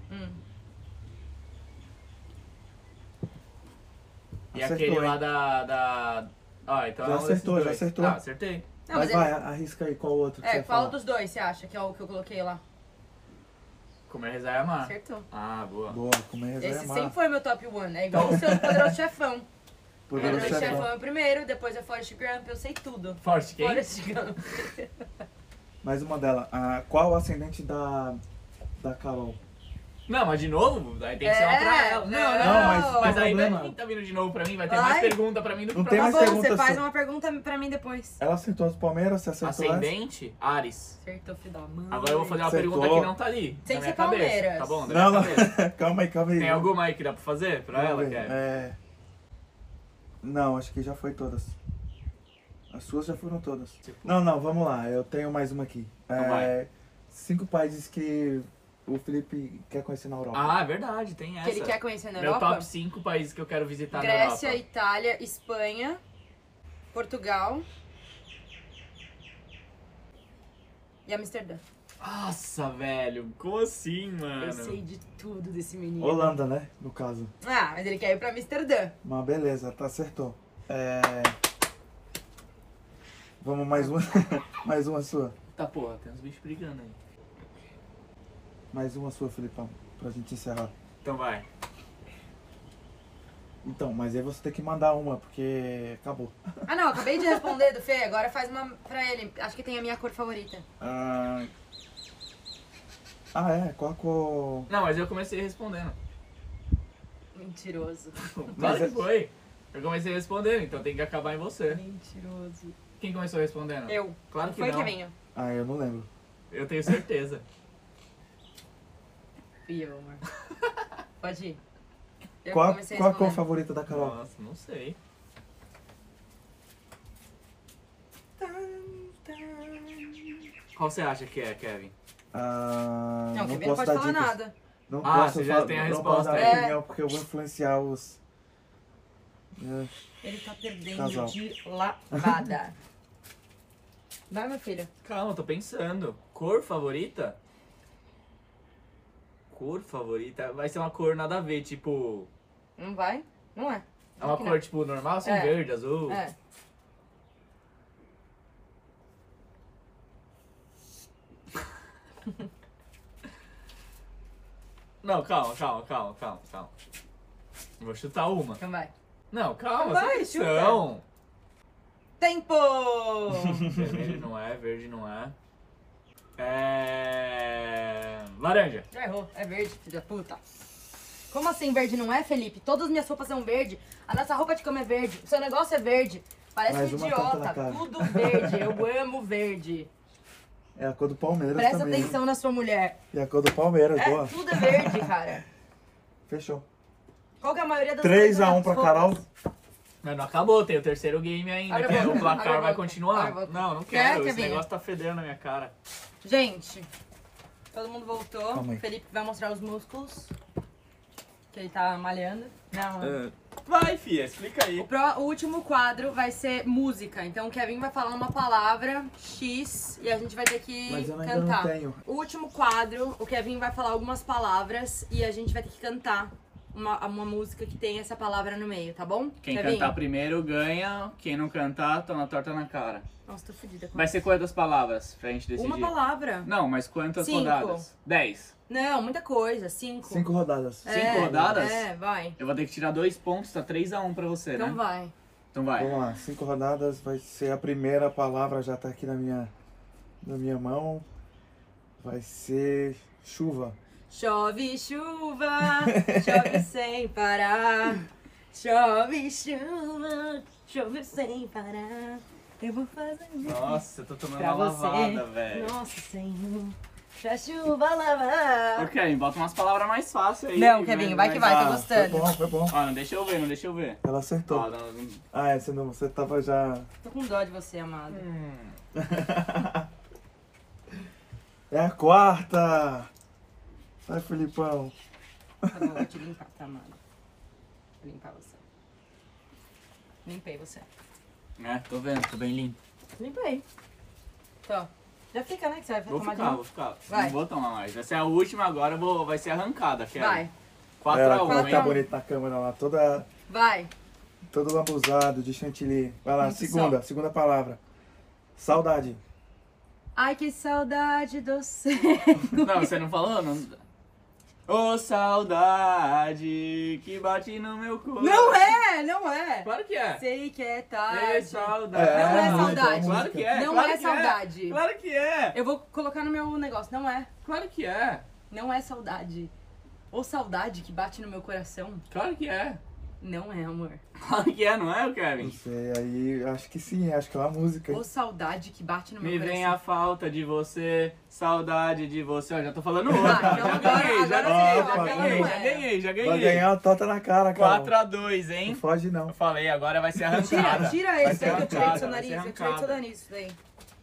e Acertou, aquele lá hein? da... então Já é um desses acertou, já dois. acertou. Acertei. Não, Mas mas vai, arrisca aí qual outro que você vai qual falar. dos dois você acha que é o que eu coloquei lá? Comer, Rezar e Amar. Acertou. Boa, Boa. comer Esse amar. sempre foi meu top 1. É igual o seu do Poderoso Chefão. Poderoso Poderoso Chefão. Chefão é o primeiro, depois é Forrest Gump, eu sei tudo. Forte quem? Forrest Gump. Mais uma dela. Qual o ascendente da Carol? Não, mas de novo, aí tem que ser uma pra ela. não, Mas tem aí problema. quem tá vindo de novo pra mim vai ter Vai. mais pergunta pra mim do que Não pra tem Tá mais bom, pergunta você faz sua. uma pergunta pra mim depois. Ela acertou as Palmeiras, você acertou essa? Ascendente, Ares. Acertou, filho da mãe. Agora eu vou fazer uma Acertou. pergunta que não tá ali. Sem na ser minha cabeça. Palmeiras. Tá bom? Da Não, minha não. cabeça. Calma aí. Tem alguma aí que dá pra fazer pra Vamos ela, ver. Kevin? Não, acho que já foi todas. As suas já foram todas. Tipo- Não, vamos lá. Eu tenho mais uma aqui. Então vai. 5 países que o Felipe quer conhecer na Europa. É verdade, tem essa. Que ele quer conhecer na Meu Europa? top 5 países que eu quero visitar Grécia, na Europa. Itália, Espanha, Portugal e Amsterdã. Nossa, velho. Como assim, mano? Eu sei de tudo desse menino. Holanda, né? No caso. Mas ele quer ir pra Amsterdã. Mas beleza, tá acertou. Vamos mais uma. Mais uma sua. Tá, porra, tem uns bichos brigando aí. Mais uma sua, Felipão. Pra gente encerrar. Então vai. Então, mas aí você tem que mandar uma, porque acabou. Não, eu acabei de responder do Fê, agora faz uma pra ele. Acho que tem a minha cor favorita. Qual a cor? Não, mas eu comecei respondendo. Mentiroso. Claro que foi. Eu comecei respondendo, então tem que acabar em você. Mentiroso. Quem começou respondendo? Eu. Claro que Foi, não. Kevinho? Ah, eu não lembro. Eu tenho certeza. E eu, amor. Pode ir. Eu Qual comecei a cor respondendo. favorita da Carol? Nossa, não sei. Qual você acha que é, Kevin? Ah, Não, o Kevin não posso pode dar falar dicas. nada. Não Ah, posso você já falar- tem a não posso resposta dar aí. opinião porque eu vou influenciar os... Ele tá perdendo Casal. de lavada. Vai, meu filho. Calma, tô pensando. Cor favorita? Cor favorita? Vai ser uma cor nada a ver, tipo... Não vai? Não é. É uma Que cor, não. tipo, normal, assim, É. verde, azul. É. Não, calma. Vou chutar uma. Então vai. Não, calma, Vai, sem pressão. Tempo! Vermelho não é, verde não é. Laranja. Já errou. É verde, filho da puta. Como assim verde não é, Felipe? Todas as minhas roupas são verde. A nossa roupa de cama é verde. O seu negócio é verde. Parece Mais um uma tapa na idiota. cara. Tudo verde. Eu amo verde. É a cor do Palmeiras Presta também. atenção na sua mulher. E a cor do Palmeiras, É, boa. tudo é verde, cara. Fechou. Qual que é a maioria das 3 a 1 roupas? pra Carol. Mas não acabou, tem o terceiro game ainda, Abre a que boca, o placar abre a vai boca, continuar. abre a boca. Não, não Quer, quero, esse Kevinho? negócio tá fedendo na minha cara. Gente, todo mundo voltou. Calma aí. Felipe vai mostrar os músculos. Que ele tá malhando. Não. Vai, fia, explica aí. O último quadro vai ser música. Então o Kevin vai falar uma palavra X e a gente vai ter que Mas eu ainda cantar. não tenho. O último quadro, o Kevin vai falar algumas palavras e a gente vai ter que cantar uma música que tem essa palavra no meio, tá bom? Quem Kevin? cantar primeiro ganha, quem não cantar toma torta na cara. Nossa, tô fodida com Vai ser quantas palavras pra gente decidir? uma palavra. Não, mas quantas 5. rodadas? 10. Não, muita coisa. 5. 5 rodadas. Cinco rodadas? É, vai. Eu vou ter que tirar 2 pontos, tá 3 a 1 pra você, Então né? vai. Então vai. Vamos lá, 5 rodadas. Vai ser a primeira palavra, já tá aqui na minha mão. Vai ser chuva. Chove chuva, chove sem parar. Chove chuva, chove sem parar. Eu vou fazer Nossa, eu tô tomando pra uma você. lavada, velho. Nossa Senhor, pra chuva lavar. Ô, Kevin, bota umas palavras mais fáceis aí. Não, Kevin, vai que vai, tô Foi gostando. bom, foi bom. Ó, não deixa eu ver. Ela acertou. Ó, não- Ah, é, você tava já... Tô com dó de você, amado. É a quarta! Vai, Felipão. Tá bom, vou te limpar, tá, amado? Vou limpar você. Limpei você. É, tô vendo, tô bem limpo. Limpei. Então, já fica, né? Que você vai Vou tomar ficar, de novo. vou ficar. Vai. Não vou tomar mais. Essa é a última, agora vai ser arrancada, Kevin. Vai, 4 Ela a 1, vai hein? ficar bonita na câmera lá, vai. todo lambuzado, de chantilly. Vai lá, Muito segunda palavra. Saudade. Ai, que saudade do céu. Não, você não falou? Não... Ô, saudade que bate no meu corpo. Não é, não é. Claro que é. Sei que é Ei, tarde. saudade. Não é música, saudade. Claro que é. Não claro é que saudade. Claro que é. Eu vou colocar no meu negócio. Não é. Claro que é. Não é saudade. Ou saudade que bate no meu coração. Claro que é. Não é, amor. Claro que é, não é, Não Kevin? sei, aí acho que sim, acho que é uma música. Ou saudade que bate no meu Me coração. vem a falta de você, saudade de você. Ó, já tô falando outra. Vai, então já agora- ganhei, já agora ganhei, você já viu, ganhei, aquela já não é. ganhei, já Vai ganhei. ganhar uma torta na cara, cara. 4 a 2, Não hein? foge não. Eu falei, agora vai ser arrancada. Tira Vai esse ser aí que eu tirei do seu arrancada, vai nariz. ser Eu tirei do seu arrancada. nariz, isso daí.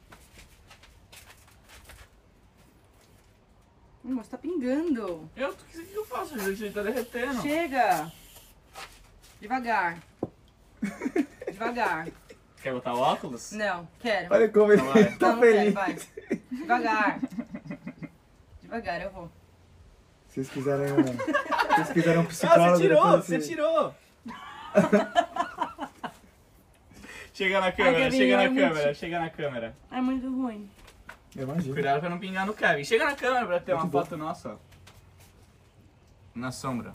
Mas tá pingando. O que eu faço, gente? Ele tá derretendo. Chega. Devagar. Devagar. Quer botar o óculos? Não, quero. Olha como ele Então vai. tá Não, não quero, feliz. vai. Devagar. Devagar, eu vou. Se vocês quiserem um Ah, psicólogo... você tirou, depois você tirou. Chega na câmera, Kevin, chega na é muito- câmera, chega na câmera. É muito ruim. Eu imagino. Cuidado pra não pingar no Kevin. Chega na câmera pra ter uma Muito bom. foto nossa. ó. Na sombra.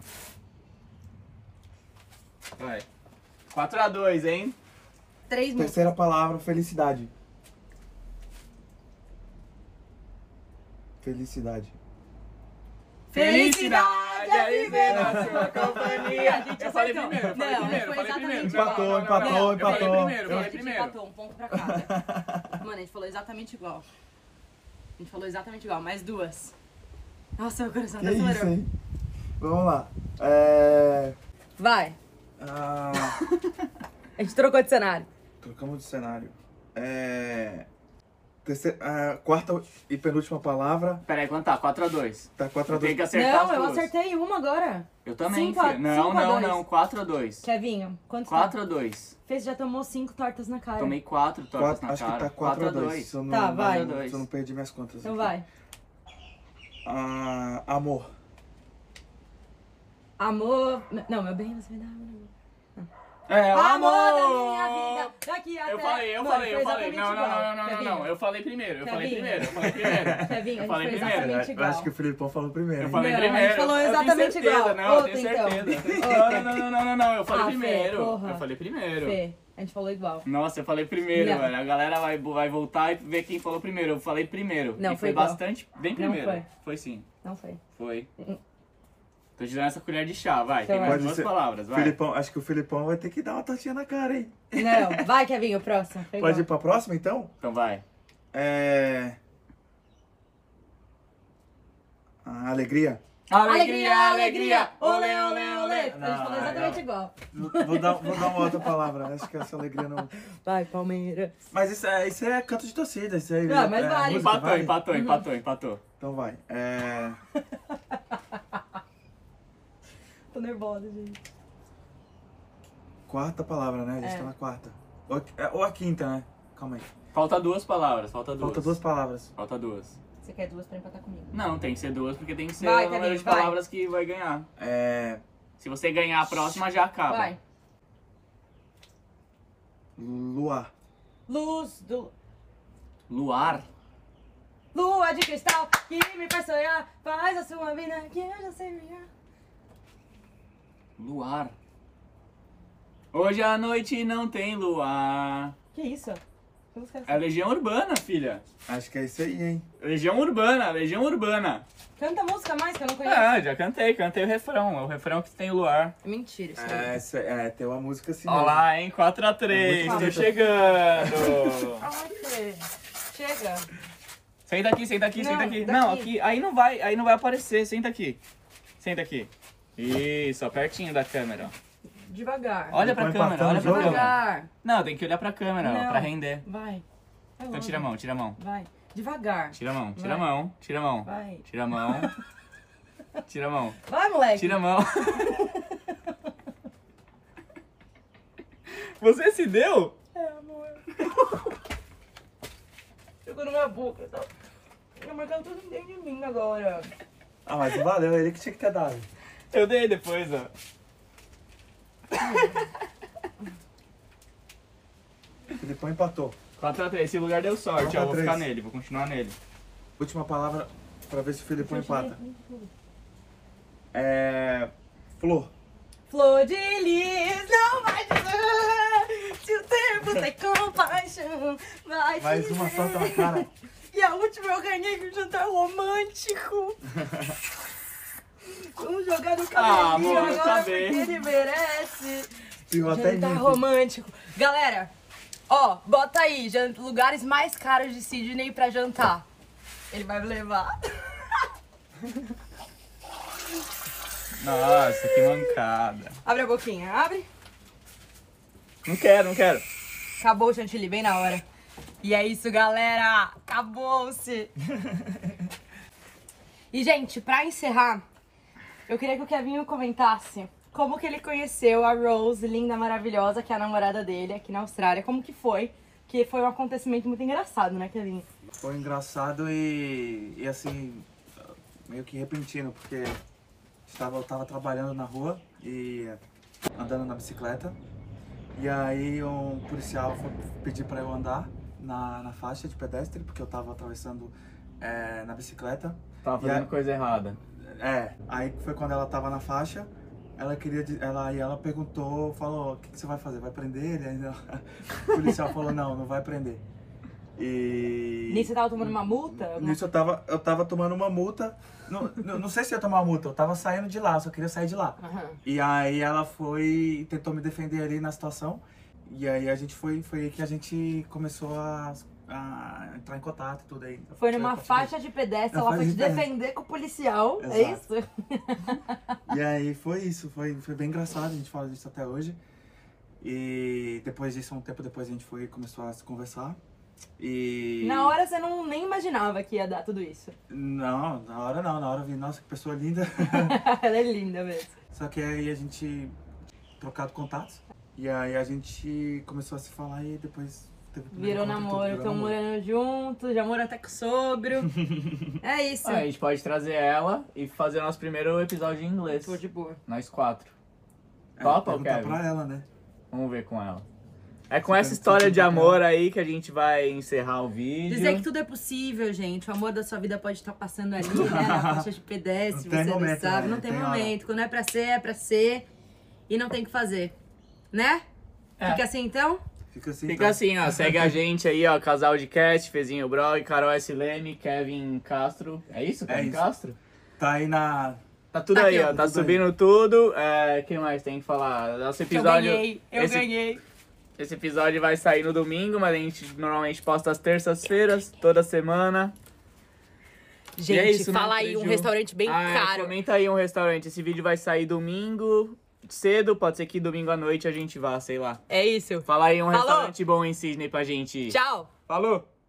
Vai. 4 a 2, hein? 3 minutos. Terceira palavra, felicidade. Felicidade. Felicidade é viver na sua companhia. A gente Eu falei acertou. primeiro, eu falei Não, primeiro, foi eu falei exatamente primeiro. igual. Não, Empatou, não, não, empatou, Eu falei empatou. primeiro, eu A falei gente primeiro. empatou, um ponto pra cada. Mano, a gente falou exatamente igual. A gente falou exatamente igual, mais 2. Nossa, meu coração Que tá isso, acelerando. hein? Vamos lá. Vai. Ah, A gente trocou de cenário. trocamos de cenário. Quarta e penúltima palavra. Peraí, quanto tá? 4x2. Tá 4 a Tem 2. que acertar Não, as eu duas. acertei uma agora. Eu também, 5 a- filho. Não, 5 a 2. não. 4x2. Kevinho, quanto tá? 4x2. Fez, já tomou 5 tortas na cara. Tomei 4 tortas na Acho cara. que tá 4 a 2. Se eu não, Tá, vai. Se eu não perdi minhas contas. Então aqui. vai. Amor. Amor... Não, meu bem, você me dá... É, o Amor amor! da minha vida, daqui até... Eu falei. Mano, foi Não. exatamente Eu falei primeiro. Kevinho, Eu a falei gente primeiro. foi exatamente Eu igual. acho que o Filipão falou primeiro. Eu hein? falei Não, a primeiro. gente falou Eu tenho exatamente certeza, igual. Não, eu Outra, tenho então. certeza. Outra. Não. Eu falei Ah, Fê, primeiro. porra. Eu falei primeiro. Fê, a gente falou igual. Nossa, eu falei primeiro, Não. velho. A galera vai voltar e ver quem falou primeiro. Eu falei primeiro. Não, e foi foi igual. bastante. Bem Não primeiro. foi. Foi sim. Não foi. Foi. Tô te dando essa colher de chá, vai. Então Tem mais Pode duas ser. palavras, vai. Filipão, acho que o Filipão vai ter que dar uma tortinha na cara, hein? Não, vai, Kevinho, o próximo. Foi Pode ir igual. pra próxima, então? Então vai. Alegria. Alegria! Olê, olê, olê! A gente Não, falou exatamente igual. Vou dar uma outra palavra. Acho que essa alegria não... Vai, Palmeiras. Mas isso é canto de torcida. Isso aí, Não, mas vale. música, Empatou. Então vai. Tô nervosa, gente. Quarta palavra, né? A gente tá na quarta. Ou a quinta, né? Calma aí. Falta duas palavras, falta duas. Falta 2 palavras. Falta duas. Você quer 2 pra empatar comigo? Não, tem que ser duas porque tem que ser Vai, o número Kevinho, de vai. palavras que vai ganhar. Se você ganhar a próxima, já acaba. Vai. Luar. Luz do... Luar. Lua de cristal que me faz sonhar. Faz a sua vida que eu já sei brilhar. Luar. Hoje à noite não tem luar. Que isso? Que música é essa? É Legião Urbana, filha. Acho que é isso aí, hein? Legião Urbana. Canta a música mais que eu não conheço. Ah, já cantei o refrão. É o refrão que tem o luar. É mentira isso aí. Tem uma música assim. Olha lá, hein? 4x3, É muito tô bonito. chegando. Ai, Fê. Chega. Senta aqui. Não, daqui. Não, aqui, aí não vai aparecer. Senta aqui. Isso, ó, pertinho da câmera, ó. Devagar. Olha pra Põe câmera, empatando olha o pra jogo? câmera. Devagar. Não, tem que olhar pra câmera, ó, Não. pra render. Vai. Vai Então logo. tira a mão. Vai. Devagar. Tira a mão. Vai. Tira a mão. Vai, moleque. Tira a mão. Você se deu? É, amor. Chegou na minha boca. Tá marcando tudo dentro de mim agora. Ah, mas valeu, ele que tinha que ter dado. Eu dei depois, ó. Filipão empatou. 4x3, esse lugar deu sorte, ó. 4x3. Vou ficar nele, vou continuar nele. Última palavra pra ver se o Filipão empata. Flor. Flor de lis, não vai dizer se o tempo tem compaixão. Vai Mais dizer. uma torta na cara. E a última eu ganhei um jantar romântico. Vamos jogar no cabelinho amor, agora tá porque bem. ele merece. Pior até em Jantar mim. romântico. Galera, ó, bota aí, lugares mais caros de Sydney pra jantar. Ele vai me levar. Nossa, que mancada. Abre a boquinha, abre. Não quero. Acabou o chantilly, bem na hora. E é isso, galera. Acabou-se. E, gente, pra encerrar, eu queria que o Kevinho comentasse como que ele conheceu a Rose, linda, maravilhosa, que é a namorada dele aqui na Austrália. Como que foi? Que foi um acontecimento muito engraçado, né, Kevinho? Foi engraçado e assim, meio que repentino, porque eu tava trabalhando na rua e andando na bicicleta. E aí um policial foi pedir pra eu andar na faixa de pedestre, porque eu tava atravessando na bicicleta. Tava E fazendo coisa errada. Aí foi quando ela tava na faixa, ela perguntou, falou, o que você vai fazer? Vai prender ele? Aí o policial falou, não vai prender. E... Nisso você tava tomando uma multa? Nisso eu tava tomando uma multa. Não sei se ia tomar uma multa, eu tava saindo de lá, só queria sair de lá. Aham. E aí ela foi e tentou me defender ali na situação. E aí foi aí que a gente começou a entrar em contato e tudo aí. Foi numa faixa de pedestre, ela foi te defender com o policial, Exato. é isso? E aí foi isso, foi bem engraçado, a gente fala disso até hoje. E depois disso, um tempo depois, a gente começou a se conversar. E... Na hora você nem imaginava que ia dar tudo isso. Não, na hora não, na hora eu vi, nossa, que pessoa linda. Ela é linda mesmo. Só que aí a gente trocado contatos. E aí a gente começou a se falar e depois teve o primeiro Virou encontro e tudo, namoro, estão morando juntos, já moram até com o sogro. É isso. A gente pode trazer ela e fazer nosso primeiro episódio em inglês. Tô de boa. Nós 4. É, Topa ou perguntar Kevin? pra ela, né? Vamos ver com ela. É com essa história de amor aí que a gente vai encerrar o vídeo. Dizer que tudo é possível, gente. O amor da sua vida pode estar passando ali, né? Na faixa de pedestre, Não tem você não momento, sabe. né? Não tem Tem hora. momento. Quando é pra ser, é pra ser. E não tem o que fazer. Né? É. Fica assim, então? Fica assim. Fica então. assim, ó. Segue a gente aí, ó. Casal de Cast, Fezinho Brog, Carol S. Leme, Kevin Castro. É isso, Kevin isso. Castro? Tá aí na... Tá tudo Tá aí, aqui, ó. ó. Tá Tudo subindo tudo. Quem mais tem que falar? Nosso episódio. Eu ganhei. Esse episódio vai sair no domingo, mas a gente normalmente posta às terças-feiras, toda semana. Gente, E é isso, né, fala aí um Preju? restaurante bem caro. Comenta aí um restaurante. Esse vídeo vai sair domingo cedo, pode ser que domingo à noite a gente vá, sei lá. É isso. Fala aí um Falou. restaurante bom em Sydney pra gente ir. Tchau. Falou!